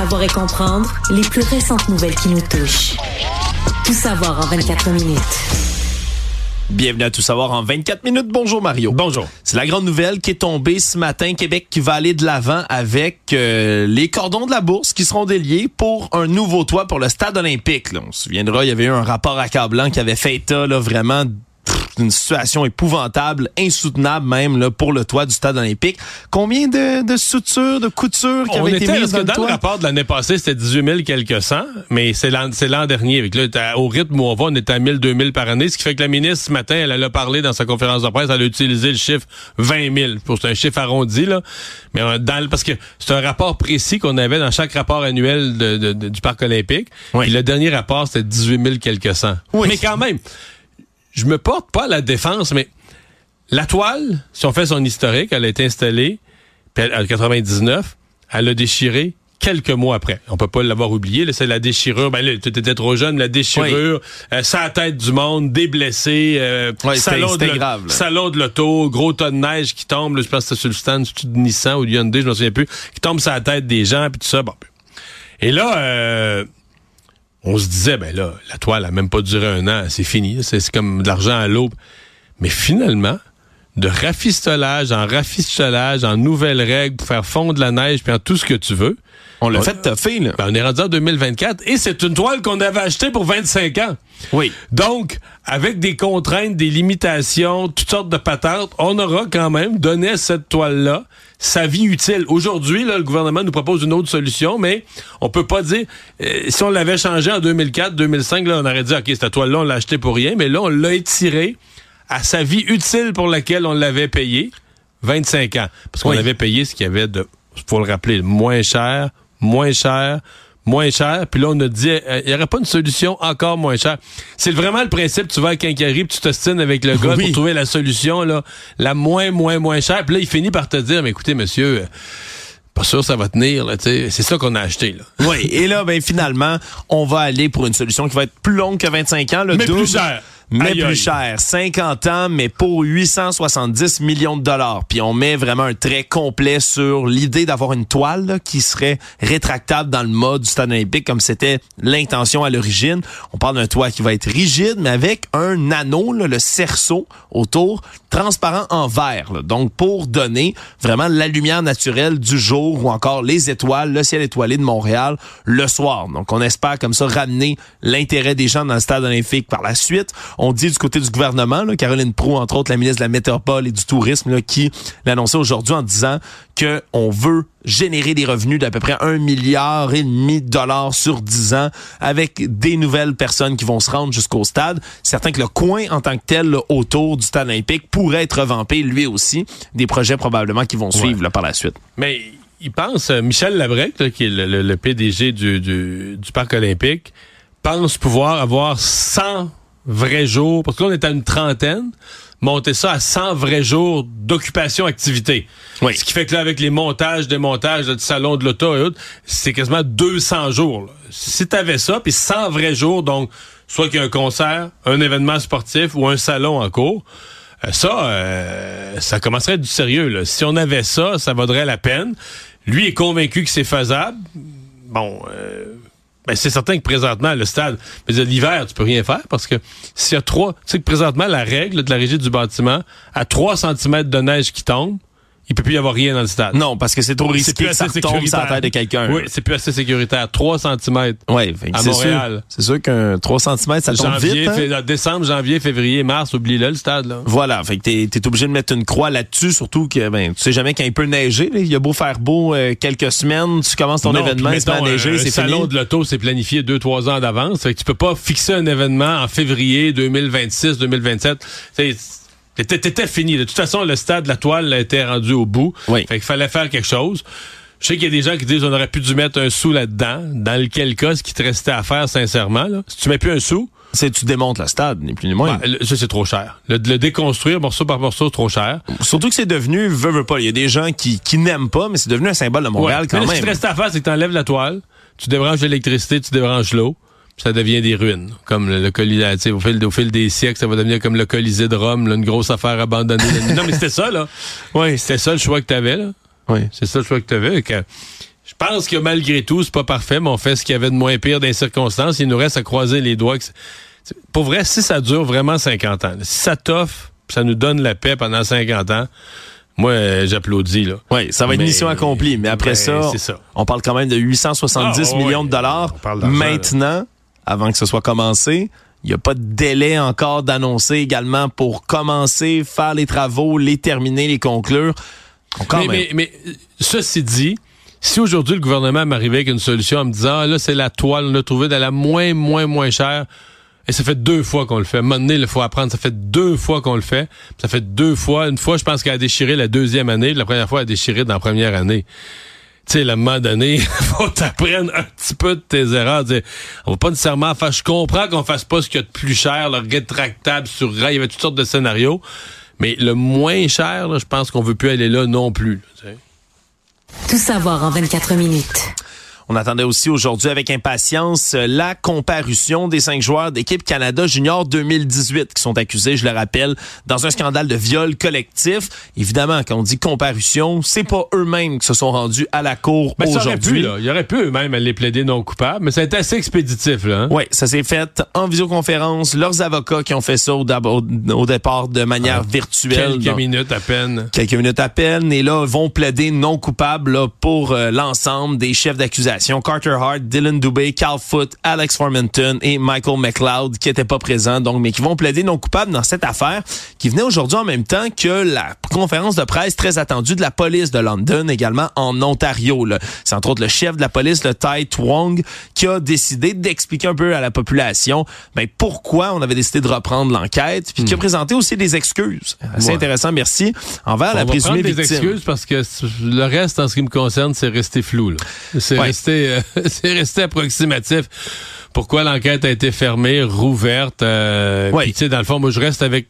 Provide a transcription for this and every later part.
Savoir et comprendre les plus récentes nouvelles qui nous touchent. Tout savoir en 24 minutes. Bienvenue à Tout savoir en 24 minutes. Bonjour Mario. Bonjour. C'est la grande nouvelle qui est tombée ce matin. Québec qui va aller de l'avant avec les cordons de la bourse qui seront déliés pour un nouveau toit pour le stade olympique. Là, on se souviendra, il y avait eu un rapport accablant qui avait fait état là, vraiment d'une situation épouvantable, insoutenable même là, pour le toit du stade olympique. Combien de sutures, de coutures qui avaient été mises dans le toit? Dans le rapport de l'année passée, c'était 18 000 quelques cents, mais c'est l'an dernier. Avec là, au rythme où on va, on est à 1 000, 2 000 par année, ce qui fait que la ministre, ce matin, elle a parlé dans sa conférence de presse, elle a utilisé le chiffre 20 000. C'est un chiffre arrondi, là. Mais parce que c'est un rapport précis qu'on avait dans chaque rapport annuel du Parc olympique. Oui. Puis le dernier rapport, c'était 18 000 quelques cents. Oui. Mais quand même, je me porte pas à la défense, mais la toile, si on fait son historique, elle a été installée en 99, elle a déchiré quelques mois après. On peut pas l'avoir oublié, là, c'est la déchirure. Ben là, tu étais trop jeune, la déchirure, ça la tête du monde, des blessés, c'était grave. salon de l'auto, gros tas de neige qui tombe, là, je pense que c'était sur le stand de Nissan ou de Hyundai, je me souviens plus, qui tombe sur la tête des gens, puis tout ça. Bon. Et là, on se disait, ben là, la toile a même pas duré 1 an, c'est fini, c'est comme de l'argent à l'eau. Mais finalement, de rafistolage, en nouvelles règles pour faire fondre la neige, puis en tout ce que tu veux. On l'a fait toffer, là. Ben, on est rendu en 2024 et c'est une toile qu'on avait achetée pour 25 ans. Oui. Donc, avec des contraintes, des limitations, toutes sortes de patentes, on aura quand même donné à cette toile-là sa vie utile. Aujourd'hui, là, le gouvernement nous propose une autre solution, mais on peut pas dire... si on l'avait changé en 2004, 2005, là, on aurait dit, OK, cette toile-là, on l'a achetée pour rien, mais là, on l'a étirée à sa vie utile pour laquelle on l'avait payée, 25 ans. Parce qu'on avait payé ce qu'il y avait de, faut le rappeler, moins cher. Puis là, on a dit, il n'y aurait pas une solution encore moins chère. C'est vraiment le principe, tu vas à Quincaillerie, puis tu t'ostines avec le gars pour trouver la solution, là, la moins chère. Puis là, il finit par te dire, mais écoutez, monsieur... pas sûr ça va tenir, là, tu sais. C'est ça qu'on a acheté, là. Oui, et là, ben finalement, on va aller pour une solution qui va être plus longue que 25 ans, le mais double. Plus cher. Mais plus cher. 50 ans, mais pour 870 millions de dollars. Puis on met vraiment un trait complet sur l'idée d'avoir une toile là, qui serait rétractable dans le mode du stade olympique, comme c'était l'intention à l'origine. On parle d'un toit qui va être rigide, mais avec un anneau, là, le cerceau autour, transparent en verre. Là. Donc, pour donner vraiment la lumière naturelle du jour ou encore les étoiles, le ciel étoilé de Montréal le soir. Donc, on espère comme ça ramener l'intérêt des gens dans le stade olympique par la suite. On dit du côté du gouvernement, là, Caroline Proulx, entre autres, la ministre de la Métropole et du Tourisme, là, qui l'annonçait aujourd'hui en disant qu'on veut générer des revenus d'à peu près 1,5 milliard de dollars sur 10 ans avec des nouvelles personnes qui vont se rendre jusqu'au stade. Certain que le coin en tant que tel là, autour du stade olympique pourrait être revampé lui aussi. Des projets probablement qui vont suivre là, par la suite. Mais il pense, Michel Labrec, là, qui est le PDG du Parc olympique, pense pouvoir avoir 100 vrais jours, parce que là, on est à une trentaine, monter ça à 100 vrais jours d'occupation-activité. Oui. Ce qui fait que là, avec les démontages là, du salon de l'auto et autres, c'est quasiment 200 jours. Là. Si t'avais ça, puis 100 vrais jours, donc, soit qu'il y a un concert, un événement sportif ou un salon en cours, ça commencerait à être du sérieux. Là. Si on avait ça, ça vaudrait la peine. Lui est convaincu que c'est faisable. Bon... Ben c'est certain que présentement, le stade, mais l'hiver, tu peux rien faire parce que s'il y a 3... Tu sais que présentement, la règle de la régie du bâtiment, à 3 cm de neige qui tombe, il peut plus y avoir rien dans le stade. Non, parce que c'est trop risqué que ça retombe sur la tête de quelqu'un. Oui, c'est plus assez sécuritaire. 3 cm à Montréal. C'est sûr qu'un 3 cm, ça tombe vite. Décembre, janvier, février, mars, oublie-le, le stade. Là. Voilà, fait que t'es obligé de mettre une croix là-dessus, surtout que tu sais jamais quand il peut neiger. Là. Il a beau faire beau quelques semaines, tu commences ton événement, il se met à neiger, c'est fini. Le salon de l'auto, c'est planifié 2-3 ans d'avance. Fait que tu peux pas fixer un événement en février 2026, 2027. T'étais fini. De toute façon, le stade, la toile était rendu au bout. Oui. Fait qu'il fallait faire quelque chose. Je sais qu'il y a des gens qui disent qu'on aurait pu dû mettre un sou là-dedans. Dans lequel cas, ce qui te restait à faire, sincèrement, là, si tu mets plus un sou... Tu démontes le stade, ni plus ni moins. Ça, c'est trop cher. Le déconstruire morceau par morceau, c'est trop cher. Surtout que c'est devenu, veut pas. Il y a des gens qui n'aiment pas, mais c'est devenu un symbole de Montréal quand même. Ce qui te reste à faire, c'est que tu enlèves la toile, tu débranches l'électricité, tu débranches l'eau. Ça devient des ruines, comme le Colisée. Au fil des siècles, ça va devenir comme le Colisée de Rome, là, une grosse affaire abandonnée. Non, mais c'était ça, là. Oui, c'était ça le choix que t'avais, là. Oui. C'est ça le choix que t'avais. Je pense que malgré tout, c'est pas parfait, mais on fait ce qu'il y avait de moins pire dans les circonstances. Il nous reste à croiser les doigts. Pour vrai, si ça dure vraiment 50 ans, si ça t'offre, ça nous donne la paix pendant 50 ans, moi, j'applaudis, là. Oui, ça va être mission accomplie. Mais après ça, on parle quand même de 870 millions de dollars. Maintenant, avant que ce soit commencé, il n'y a pas de délai encore d'annoncer également pour commencer, faire les travaux, les terminer, les conclure. Mais ceci dit, si aujourd'hui le gouvernement m'arrivait avec une solution en me disant, là, c'est la toile, on a trouvé de la moins chère, et ça fait 2 fois qu'on le fait. À un moment donné, il faut apprendre, ça fait 2 fois qu'on le fait. Ça fait 2 fois. Une fois, je pense qu'elle a déchiré la 2e année, la première fois, elle a déchiré dans la première année. Tu sais, à un moment donné, faut t'apprendre un petit peu de tes erreurs. On va pas nécessairement faire... Je comprends qu'on fasse pas ce qu'il y a de plus cher, le rétractable sur rail, il y avait toutes sortes de scénarios, mais le moins cher, là, je pense qu'on veut plus aller là non plus. Là, tout savoir en 24 minutes. On attendait aussi aujourd'hui avec impatience la comparution des 5 joueurs d'équipe Canada Junior 2018 qui sont accusés, je le rappelle, dans un scandale de viol collectif. Évidemment, quand on dit comparution, c'est pas eux-mêmes qui se sont rendus à la cour aujourd'hui. Il y aurait pu eux-mêmes aller plaider non coupables, mais ça a été assez expéditif, là. Hein? Oui, ça s'est fait en visioconférence. Leurs avocats qui ont fait ça au départ de manière virtuelle. Quelques minutes à peine. Et là, vont plaider non coupables là, pour l'ensemble des chefs d'accusation. Carter Hart, Dylan Dubé, Cal Foote, Alex Formenton et Michael McLeod qui étaient pas présents, donc mais qui vont plaider non coupables dans cette affaire qui venait aujourd'hui en même temps que la conférence de presse très attendue de la police de London, également en Ontario. Là. C'est entre autres le chef de la police, le Tai Twong, qui a décidé d'expliquer un peu à la population pourquoi on avait décidé de reprendre l'enquête, puis qui a présenté aussi des excuses. Assez intéressant, merci, envers la présumée victime. Des excuses parce que le reste, en ce qui me concerne, c'est resté flou. Là. C'est resté approximatif. Pourquoi l'enquête a été fermée, rouverte? Puis, tu sais, dans le fond, moi, je reste avec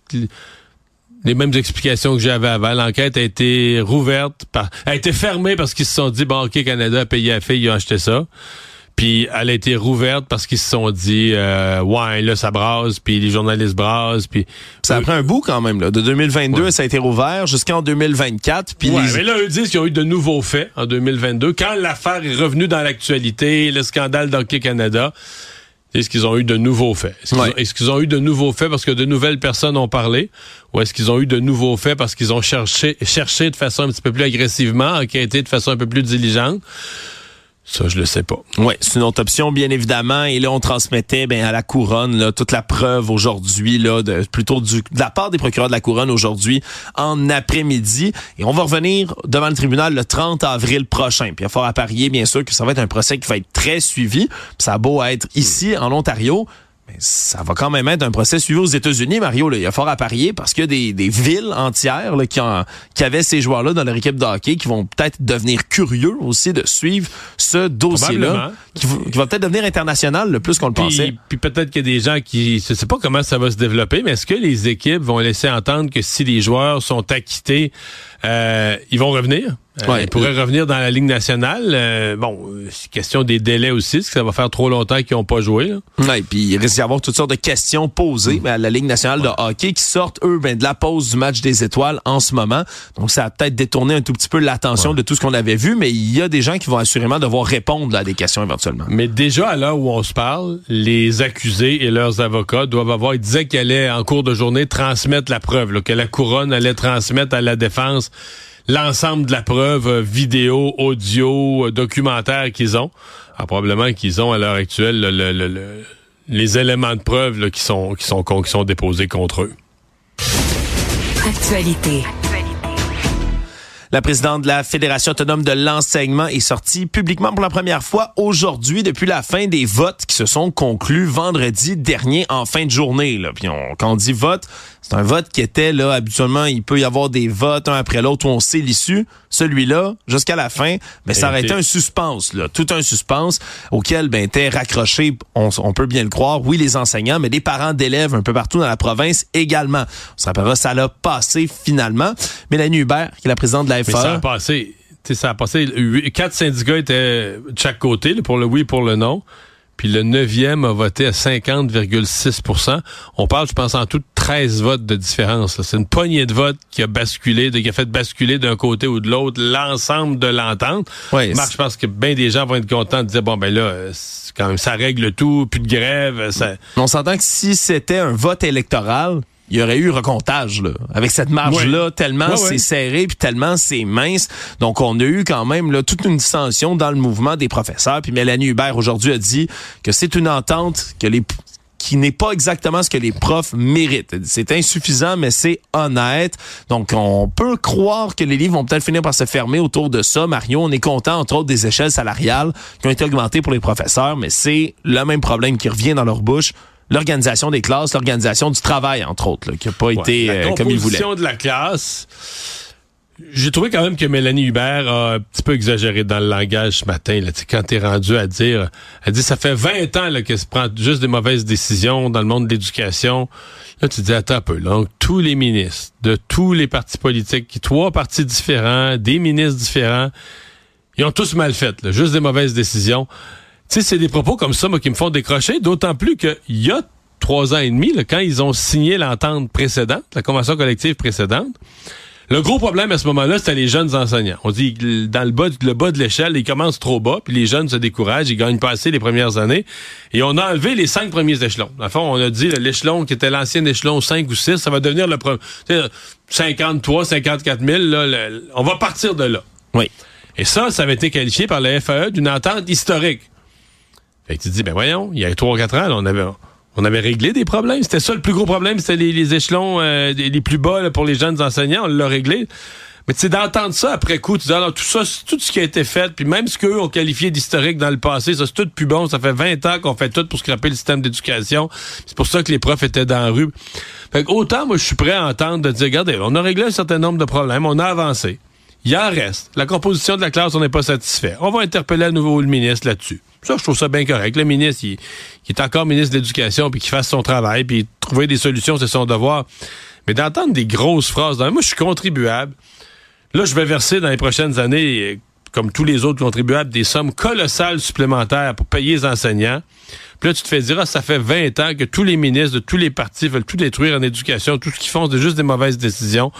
les mêmes explications que j'avais avant. L'enquête a été rouverte, a été fermée parce qu'ils se sont dit, bon, OK, Canada a payé la fille, ils ont acheté ça. Puis elle a été rouverte parce qu'ils se sont dit ouais, là ça brasse, puis les journalistes brassent, puis ça a pris un bout quand même là. De 2022, ça a été rouvert jusqu'en 2024. Puis mais là eux disent qu'ils ont eu de nouveaux faits en 2022. Quand l'affaire est revenue dans l'actualité, le scandale d'Hockey Canada, est-ce qu'ils ont eu de nouveaux faits? Est-ce qu'ils ont eu de nouveaux faits parce que de nouvelles personnes ont parlé? Ou est-ce qu'ils ont eu de nouveaux faits parce qu'ils ont cherché de façon un petit peu plus agressivement, enquêté de façon un peu plus diligente? Ça, je le sais pas. Oui, c'est une autre option, bien évidemment. Et là, on transmettait à la couronne là, toute la preuve aujourd'hui, là, de la part des procureurs de la couronne aujourd'hui en après-midi. Et on va revenir devant le tribunal le 30 avril prochain. Puis il va falloir parier, bien sûr, que ça va être un procès qui va être très suivi. Puis ça a beau être ici, en Ontario, ça va quand même être un procès suivi aux États-Unis, Mario. Là, il y a fort à parier parce qu'il y a des villes entières là, qui avaient ces joueurs-là dans leur équipe de hockey qui vont peut-être devenir curieux aussi de suivre ce dossier-là, qui va peut-être devenir international le plus qu'on le pensait. Puis peut-être qu'il y a des gens qui... Je sais pas comment ça va se développer, mais est-ce que les équipes vont laisser entendre que si les joueurs sont acquittés, ils vont revenir? Ils pourraient revenir dans la Ligue nationale. C'est question des délais aussi, parce que ça va faire trop longtemps qu'ils n'ont pas joué. Oui, puis il risque d'y avoir toutes sortes de questions posées à la Ligue nationale de hockey qui sortent, eux, de la pause du match des étoiles en ce moment. Donc, ça a peut-être détourné un tout petit peu l'attention de tout ce qu'on avait vu, mais il y a des gens qui vont assurément devoir répondre à des questions éventuellement. Mais déjà, à l'heure où on se parle, les accusés et leurs avocats doivent avoir... Ils disaient qu'elle allait, en cours de journée, transmettre la preuve, là, que la couronne allait transmettre à la défense l'ensemble de la preuve vidéo, audio, documentaire qu'ils ont. Alors, probablement qu'ils ont à l'heure actuelle les éléments de preuve là, qui sont déposés contre eux. Actualité. La présidente de la Fédération autonome de l'enseignement est sortie publiquement pour la première fois aujourd'hui depuis la fin des votes qui se sont conclus vendredi dernier en fin de journée. Là. Puis quand on dit vote, c'est un vote qui était là, habituellement, il peut y avoir des votes un après l'autre où on sait l'issue. Celui-là, jusqu'à la fin, ça aurait été un suspense, là, tout un suspense auquel étaient raccrochés, on peut bien le croire, oui, les enseignants, mais des parents d'élèves un peu partout dans la province également. On se rappellera, ça l'a passé finalement. Mélanie Hubert, qui est la présidente de la FAE. Mais ça a passé. 4 syndicats étaient de chaque côté, là, pour le oui et pour le non. puis le 9e a voté à 50,6%. On parle, je pense, en tout 13 votes de différence. Là. C'est une poignée de votes qui a basculé, qui a fait basculer d'un côté ou de l'autre l'ensemble de l'entente. Ouais, Marc, je pense que bien des gens vont être contents de dire, bon, ben là, quand même, ça règle tout, plus de grève. Ça... On s'entend que si c'était un vote électoral, il y aurait eu recomptage, là. Avec cette marge-là, tellement c'est serré puis tellement c'est mince. Donc, on a eu quand même là, toute une dissension dans le mouvement des professeurs. Puis Mélanie Hubert, aujourd'hui, a dit que c'est une entente qui n'est pas exactement ce que les profs méritent. C'est insuffisant, mais c'est honnête. Donc, on peut croire que les livres vont peut-être finir par se fermer autour de ça. Mario, on est content, entre autres, des échelles salariales qui ont été augmentées pour les professeurs, mais c'est le même problème qui revient dans leur bouche. L'organisation des classes, l'organisation du travail, entre autres, là, qui n'a pas été comme ils voulaient. La composition de la classe, j'ai trouvé quand même que Mélanie Hubert a un petit peu exagéré dans le langage ce matin. Là, quand t'es rendu à dire, elle dit ça fait 20 ans là, qu'elle se prend juste des mauvaises décisions dans le monde de l'éducation. Là, tu te dis, attends un peu. Là, donc, tous les ministres de tous les partis politiques, 3 partis différents, des ministres différents, ils ont tous mal fait, là, juste des mauvaises décisions. Tu sais, c'est des propos comme ça, moi, qui me font décrocher, d'autant plus qu'il y a 3 ans et demi, là, quand ils ont signé l'entente précédente, la convention collective précédente, le gros problème à ce moment-là, c'était les jeunes enseignants. On dit, dans le bas de l'échelle, ils commencent trop bas, puis les jeunes se découragent, ils gagnent pas assez les premières années, et on a enlevé les 5 premiers échelons. Dans le fond, on a dit, l'échelon qui était l'ancien échelon 5 ou 6, ça va devenir le premier, 53, 54 000, là, on va partir de là. Oui. Et ça avait été qualifié par la FAE d'une entente historique. Fait que tu te dis, ben voyons, il y a 3 ou 4 ans, là, on avait réglé des problèmes. C'était ça le plus gros problème, c'était les échelons les plus bas là, pour les jeunes enseignants, on l'a réglé. Mais tu sais, d'entendre ça après coup, tu dis, alors tout ça, c'est tout ce qui a été fait, puis même ce qu'eux ont qualifié d'historique dans le passé, ça c'est tout plus bon, ça fait 20 ans qu'on fait tout pour scraper le système d'éducation. C'est pour ça que les profs étaient dans la rue. Fait que autant, moi, je suis prêt à entendre de dire, regardez, on a réglé un certain nombre de problèmes, on a avancé. Il en reste. La composition de la classe, on n'est pas satisfait. On va interpeller à nouveau le ministre là-dessus. Ça, je trouve ça bien correct. Le ministre, il est encore ministre de l'Éducation, puis qu'il fasse son travail, puis trouver des solutions, c'est son devoir. Mais d'entendre des grosses phrases, moi, je suis contribuable. Là, je vais verser dans les prochaines années, comme tous les autres contribuables, des sommes colossales supplémentaires pour payer les enseignants. Puis là, tu te fais dire, ça fait 20 ans que tous les ministres de tous les partis veulent tout détruire en éducation. Tout ce qu'ils font, c'est juste des mauvaises décisions.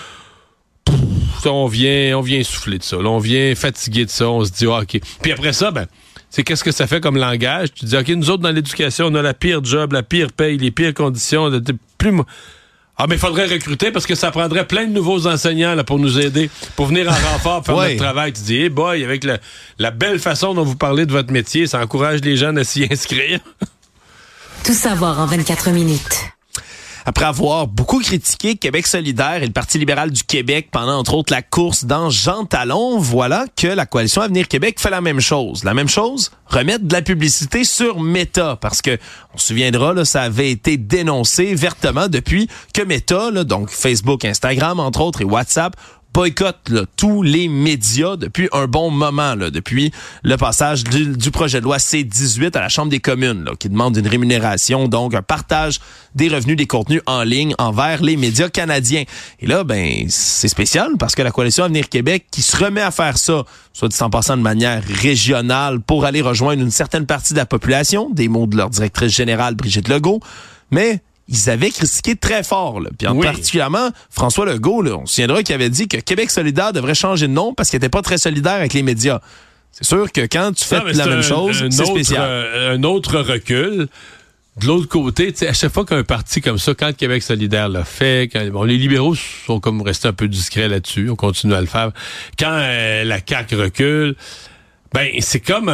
On vient souffler de ça. Là, on vient fatiguer de ça. On se dit, OK. Puis après ça, c'est qu'est-ce que ça fait comme langage? Tu dis, OK, nous autres, dans l'éducation, on a la pire job, la pire paye, les pires conditions. Mais il faudrait recruter parce que ça prendrait plein de nouveaux enseignants là, pour nous aider, pour venir en renfort faire notre travail. Tu dis, boy, avec la belle façon dont vous parlez de votre métier, ça encourage les jeunes à s'y inscrire. Tout savoir en 24 minutes. Après avoir beaucoup critiqué Québec solidaire et le Parti libéral du Québec pendant, entre autres, la course dans Jean Talon, voilà que la Coalition Avenir Québec fait la même chose. La même chose, remettre de la publicité sur Meta, parce que, on se souviendra, là, ça avait été dénoncé vertement depuis que Meta, là, donc Facebook, Instagram, entre autres, et WhatsApp, boycotte là, tous les médias depuis un bon moment, là, depuis le passage du projet de loi C-18 à la Chambre des communes, là, qui demande une rémunération, donc un partage des revenus des contenus en ligne envers les médias canadiens. Et là, c'est spécial parce que la Coalition Avenir Québec qui se remet à faire ça, soit dit en passant de manière régionale, pour aller rejoindre une certaine partie de la population, des mots de leur directrice générale Brigitte Legault, mais ils avaient critiqué très fort. Là. Puis particulièrement, François Legault, là, on se souviendra qu'il avait dit que Québec solidaire devrait changer de nom parce qu'il n'était pas très solidaire avec les médias. C'est sûr que quand tu fais la même chose, c'est spécial. Un autre recul. De l'autre côté, à chaque fois qu'un parti comme ça, quand Québec solidaire l'a fait, les libéraux sont comme restés un peu discrets là-dessus, on continue à le faire. Quand la CAQ recule, c'est comme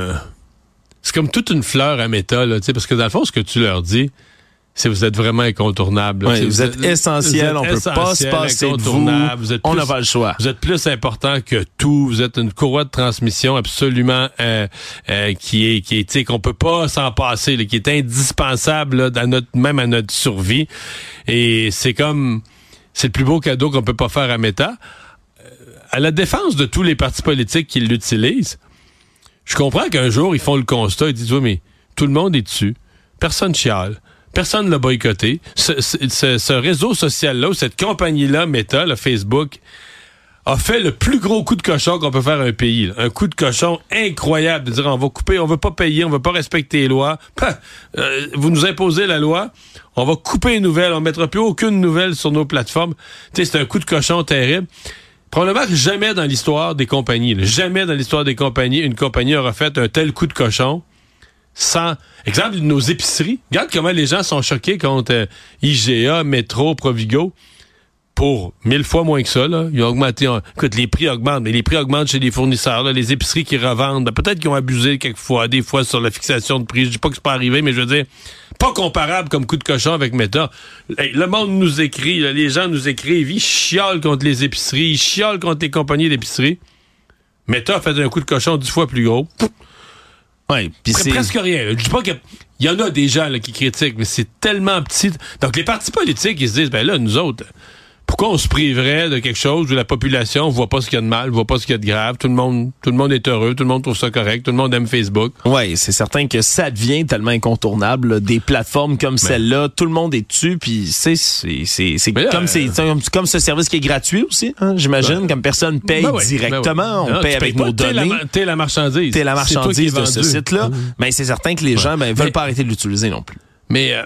toute une fleur à Meta, là, parce que dans le fond, ce que tu leur dis, c'est vous êtes vraiment incontournable. Oui, vous êtes essentiel, on peut pas se passer de vous, on n'a pas le choix. Vous êtes plus important que tout, vous êtes une courroie de transmission absolument qui est qu'on peut pas s'en passer, là, qui est indispensable là, même à notre survie. Et c'est le plus beau cadeau qu'on peut pas faire à Meta. À la défense de tous les partis politiques qui l'utilisent, je comprends qu'un jour ils font le constat, ils disent oui, mais tout le monde est dessus, personne chiale. Personne ne l'a boycotté. Ce réseau social-là, ou cette compagnie-là, Meta, le Facebook, a fait le plus gros coup de cochon qu'on peut faire à un pays. Là. Un coup de cochon incroyable de dire on va couper, on veut pas payer, on veut pas respecter les lois. Vous nous imposez la loi, on va couper les nouvelles, on mettra plus aucune nouvelle sur nos plateformes. Tu sais, c'est un coup de cochon terrible. Probablement que jamais dans l'histoire des compagnies, jamais dans l'histoire des compagnies, une compagnie aura fait un tel coup de cochon sans... Exemple, nos épiceries. Regarde comment les gens sont choqués contre IGA, Métro, Provigo. Pour 1000 fois moins que ça, là. Ils ont augmenté. Écoute, les prix augmentent, mais les prix augmentent chez les fournisseurs, là, les épiceries qui revendent. Peut-être qu'ils ont abusé quelquefois, des fois, sur la fixation de prix. Je dis pas que c'est pas arrivé, mais je veux dire, pas comparable comme coup de cochon avec Meta. Hey, le monde nous écrit, là, les gens nous écrivent, ils chiolent contre les épiceries, ils chiolent contre les compagnies d'épicerie. Meta a fait un coup de cochon 10 fois plus gros. Ouais, puis c'est presque rien. Je dis pas qu'il y en a des gens là, qui critiquent, mais c'est tellement petit. Donc, les partis politiques, ils se disent, ben là, nous autres... Pourquoi on se priverait de quelque chose où la population voit pas ce qu'il y a de mal, voit pas ce qu'il y a de grave, tout le monde est heureux, tout le monde trouve ça correct, tout le monde aime Facebook. Oui, c'est certain que ça devient tellement incontournable, là, des plateformes comme celle-là, tout le monde est dessus, puis c'est comme ce service qui est gratuit aussi, hein, j'imagine, comme personne paye directement, on paye avec nos données. T'es la marchandise. T'es la marchandise de ce site-là, mais c'est certain que les gens veulent pas arrêter de l'utiliser non plus. Mais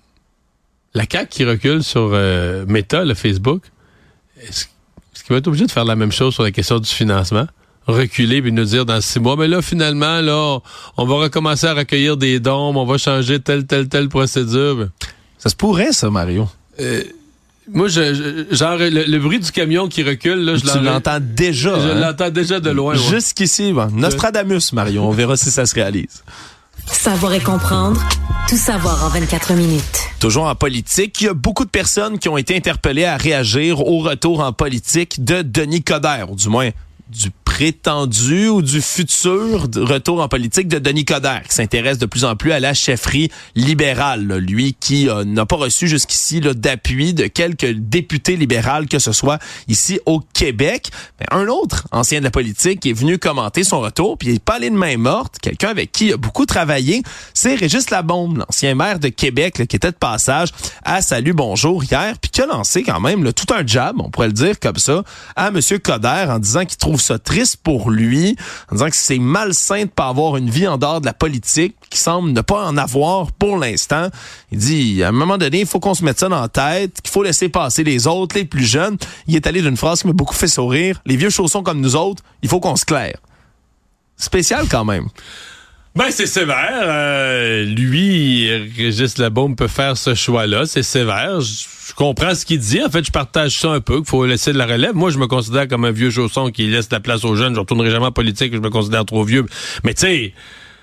la CAQ qui recule sur Meta, le Facebook, est-ce qu'il va être obligé de faire la même chose sur la question du financement? Reculer et nous dire dans 6 mois, mais là, finalement, là, on va recommencer à recueillir des dons, on va changer telle procédure. Ça se pourrait, ça, Mario. Moi, genre, le bruit du camion qui recule, là, tu l'entends déjà. Je l'entends déjà de loin. Jusqu'ici, bon. Nostradamus, Mario. On verra si ça se réalise. Savoir et comprendre, tout savoir en 24 minutes. Toujours en politique, il y a beaucoup de personnes qui ont été interpellées à réagir au retour en politique de Denis Coderre, ou du moins du prétendu ou du futur retour en politique de Denis Coderre, qui s'intéresse de plus en plus à la chefferie libérale. Là. Lui qui n'a pas reçu jusqu'ici d'appui de quelques députés libérales que ce soit ici au Québec. Mais un autre ancien de la politique est venu commenter son retour, puis il n'est pas allé de main morte. Quelqu'un avec qui il a beaucoup travaillé, c'est Régis Labaume, l'ancien maire de Québec, là, qui était de passage à Salut Bonjour hier, puis qui a lancé quand même là, tout un jab, on pourrait le dire comme ça, à M. Coderre en disant qu'il trouve ça triste pour lui, en disant que c'est malsain de pas avoir une vie en dehors de la politique, qui semble ne pas en avoir pour l'instant. Il dit, à un moment donné, il faut qu'on se mette ça dans la tête, qu'il faut laisser passer les autres, les plus jeunes. Il est allé d'une phrase qui m'a beaucoup fait sourire. Les vieux chaussons comme nous autres, il faut qu'on se claire. Spécial quand même. Ben, c'est sévère. Lui, Régis Labaume peut faire ce choix-là. C'est sévère. Je comprends ce qu'il dit. En fait, je partage ça un peu, qu'il faut laisser de la relève. Moi, je me considère comme un vieux chausson qui laisse la place aux jeunes. Je retournerai jamais en politique, je me considère trop vieux. Mais tu sais,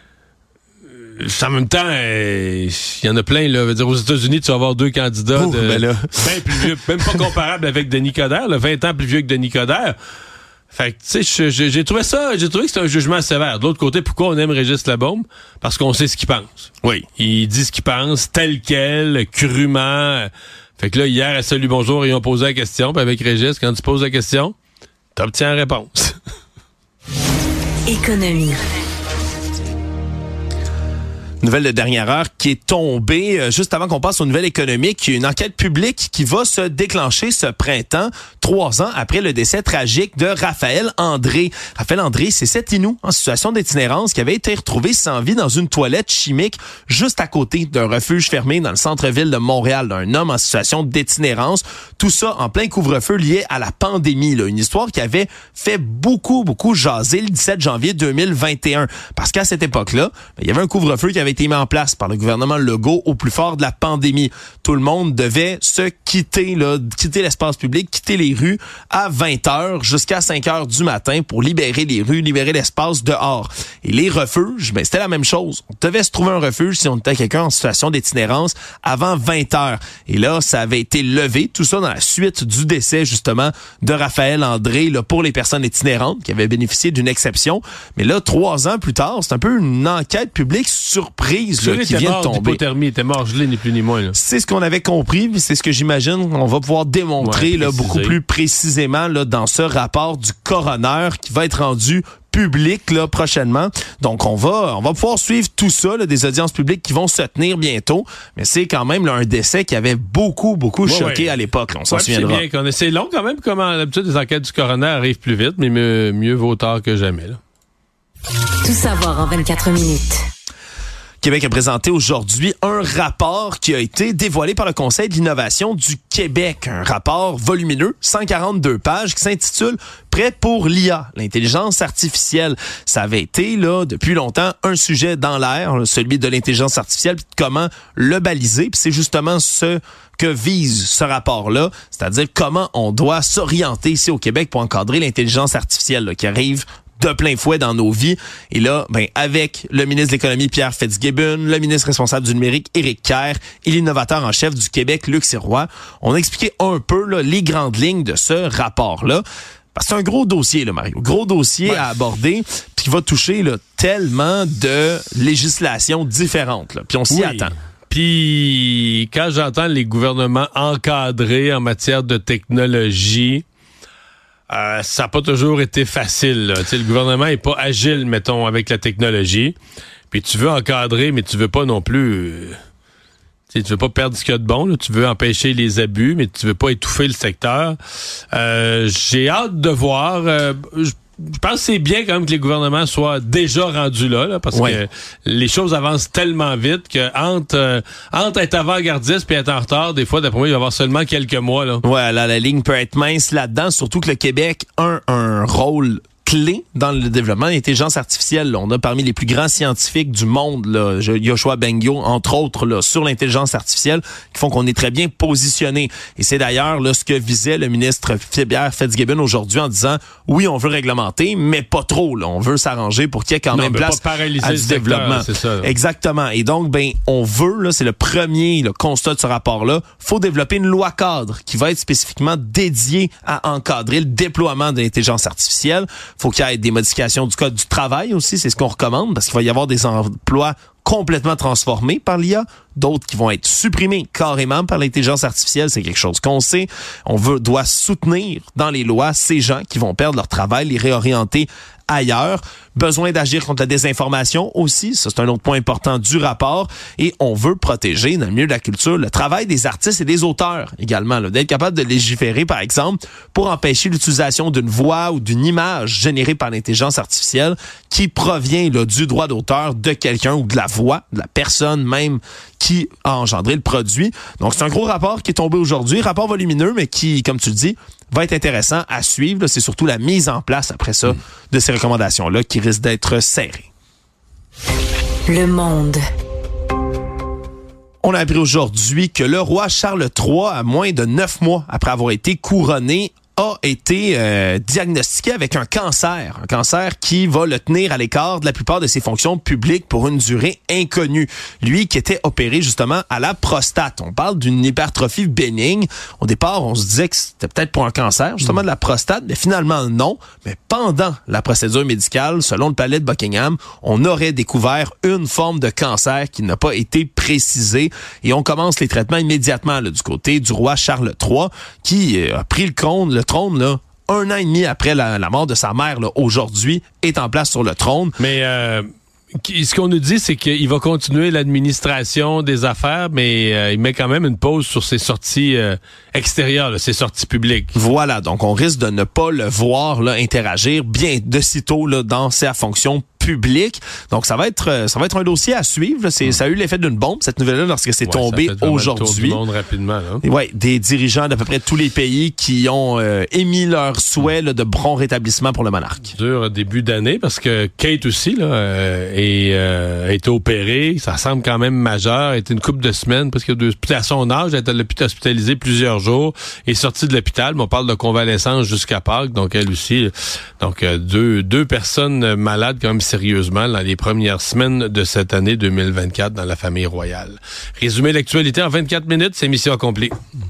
en même temps, il y en a plein, là. Je veux dire, aux États-Unis, tu vas avoir 2 candidats bien plus vieux, même pas comparables avec Denis Coderre, là, 20 ans plus vieux que Denis Coderre. Fait que, tu sais, j'ai trouvé que c'était un jugement sévère. De l'autre côté, pourquoi on aime Régis Labaume? Parce qu'on sait ce qu'il pense. Oui. Il dit ce qu'il pense, tel quel, crûment. Fait que là, hier, à Salut Bonjour, ils ont posé la question. Puis avec Régis, quand tu poses la question, t'obtiens la réponse. Économie. Nouvelle de dernière heure qui est tombée juste avant qu'on passe aux nouvelles économiques. Il y a une enquête publique qui va se déclencher ce printemps, 3 ans après le décès tragique de Raphaël André. Raphaël André, c'est cet Inou en situation d'itinérance qui avait été retrouvé sans vie dans une toilette chimique juste à côté d'un refuge fermé dans le centre-ville de Montréal, d'un homme en situation d'itinérance. Tout ça en plein couvre-feu lié à la pandémie. Là. Une histoire qui avait fait beaucoup jaser le 17 janvier 2021. Parce qu'à cette époque-là, il y avait un couvre-feu qui avait été mis en place par le gouvernement Legault au plus fort de la pandémie. Tout le monde devait se quitter l'espace public, quitter les rues à 20h jusqu'à 5h du matin pour libérer les rues, libérer l'espace dehors. Et les refuges, c'était la même chose. On devait se trouver un refuge si on était quelqu'un en situation d'itinérance avant 20h. Et là, ça avait été levé, tout ça dans la suite du décès justement de Raphaël André là, pour les personnes itinérantes qui avaient bénéficié d'une exception. Mais là, 3 ans plus tard, c'est un peu une enquête publique surprise là, qui vient de tomber. Il était mort gelé, ni plus ni moins. Là. C'est ce qu'on avait compris, puis c'est ce que j'imagine on va pouvoir démontrer là, beaucoup plus précisément là, dans ce rapport du coroner qui va être rendu public là prochainement. Donc on va pouvoir suivre tout ça, là, des audiences publiques qui vont se tenir bientôt, mais c'est quand même là, un décès qui avait beaucoup choqué à l'époque, là, on s'en souviendra. C'est bien c'est long quand même, comme d'habitude les enquêtes du coroner arrivent plus vite, mais mieux vaut tard que jamais là. Tout savoir en 24 minutes. Québec a présenté aujourd'hui un rapport qui a été dévoilé par le Conseil de l'innovation du Québec. Un rapport volumineux, 142 pages, qui s'intitule « Prêt pour l'IA », l'intelligence artificielle. Ça avait été, là, depuis longtemps, un sujet dans l'air, celui de l'intelligence artificielle, puis comment le baliser. Puis c'est justement ce que vise ce rapport-là, c'est-à-dire comment on doit s'orienter ici au Québec pour encadrer l'intelligence artificielle là, qui arrive de plein fouet dans nos vies. Et là, avec le ministre de l'Économie, Pierre Fitzgibbon, le ministre responsable du numérique, Éric Kerr, et l'innovateur en chef du Québec, Luc Sirois, on a expliqué un peu là, les grandes lignes de ce rapport-là. Parce que c'est un gros dossier, là, Mario. Gros dossier à aborder, puis qui va toucher là, tellement de législations différentes. Là. Puis on s'y attend. Puis quand j'entends les gouvernements encadrés en matière de technologie, ça n'a pas toujours été facile. Là. Le gouvernement est pas agile, mettons, avec la technologie. Puis tu veux encadrer, mais tu veux pas non plus... tu veux pas perdre ce qu'il y a de bon. Là. Tu veux empêcher les abus, mais tu veux pas étouffer le secteur. J'ai hâte de voir... Je pense que c'est bien quand même que les gouvernements soient déjà rendus là parce que les choses avancent tellement vite que entre être avant-gardiste et être en retard, des fois, d'après moi, il va y avoir seulement quelques mois. Là. Ouais, là, la ligne peut être mince là-dedans, surtout que le Québec a un rôle clé dans le développement de l'intelligence artificielle. Là. On a parmi les plus grands scientifiques du monde, là, Yoshua Bengio, entre autres, là, sur l'intelligence artificielle, qui font qu'on est très bien positionné. Et c'est d'ailleurs là, ce que visait le ministre Pierre Fitzgibbon aujourd'hui en disant, oui, on veut réglementer, mais pas trop. Là. On veut s'arranger pour qu'il y ait quand même place à du développement. C'est ça, exactement. Et donc, on veut, là, c'est le premier constat de ce rapport-là, faut développer une loi cadre qui va être spécifiquement dédiée à encadrer le déploiement de l'intelligence artificielle. Faut qu'il y ait des modifications du code du travail aussi, c'est ce qu'on recommande, parce qu'il va y avoir des emplois complètement transformés par l'IA, d'autres qui vont être supprimés carrément par l'intelligence artificielle, c'est quelque chose qu'on sait. Doit soutenir dans les lois ces gens qui vont perdre leur travail, les réorienter ailleurs. Besoin d'agir contre la désinformation aussi, ça c'est un autre point important du rapport. Et on veut protéger, dans le milieu de la culture, le travail des artistes et des auteurs également. Là, d'être capable de légiférer, par exemple, pour empêcher l'utilisation d'une voix ou d'une image générée par l'intelligence artificielle qui provient là, du droit d'auteur de quelqu'un ou de la voix, de la personne même qui a engendré le produit. Donc c'est un gros rapport qui est tombé aujourd'hui, rapport volumineux, mais qui, comme tu le dis, va être intéressant à suivre. C'est surtout la mise en place après ça de ces recommandations-là qui risquent d'être serrées. Le Monde. On a appris aujourd'hui que le roi Charles III, à moins de 9 mois après avoir été couronné, a été diagnostiqué avec un cancer qui va le tenir à l'écart de la plupart de ses fonctions publiques pour une durée inconnue. Lui qui était opéré justement à la prostate. On parle d'une hypertrophie bénigne. Au départ, on se disait que c'était peut-être pour un cancer, justement de la prostate, mais finalement non. Mais pendant la procédure médicale, selon le palais de Buckingham, on aurait découvert une forme de cancer qui n'a pas été précisée et on commence les traitements immédiatement là, du côté du roi Charles III qui a pris le trône là, 1 an et demi après la mort de sa mère, là, aujourd'hui, est en place sur le trône. Mais ce qu'on nous dit, c'est qu'il va continuer l'administration des affaires, mais il met quand même une pause sur ses sorties extérieures, là, ses sorties publiques. Voilà, donc on risque de ne pas le voir là, interagir bien de sitôt là, dans sa fonction public. Donc, ça va être un dossier à suivre. Ça a eu l'effet d'une bombe, cette nouvelle-là, lorsque c'est tombé aujourd'hui. Le tour du monde rapidement, là. Ouais, des dirigeants d'à peu près tous les pays qui ont émis leur souhait là, de prompt rétablissement pour le monarque. Dur début d'année, parce que Kate aussi là, a été opérée. Ça semble quand même majeur. Elle a été une couple de semaines, parce que à son âge, elle a été hospitalisée plusieurs jours, est sortie de l'hôpital, mais on parle de convalescence jusqu'à Pâques, donc elle aussi. Donc, deux personnes malades quand même sérieusement dans les premières semaines de cette année 2024 dans la famille royale. Résumé l'actualité en 24 minutes, c'est mission accomplie.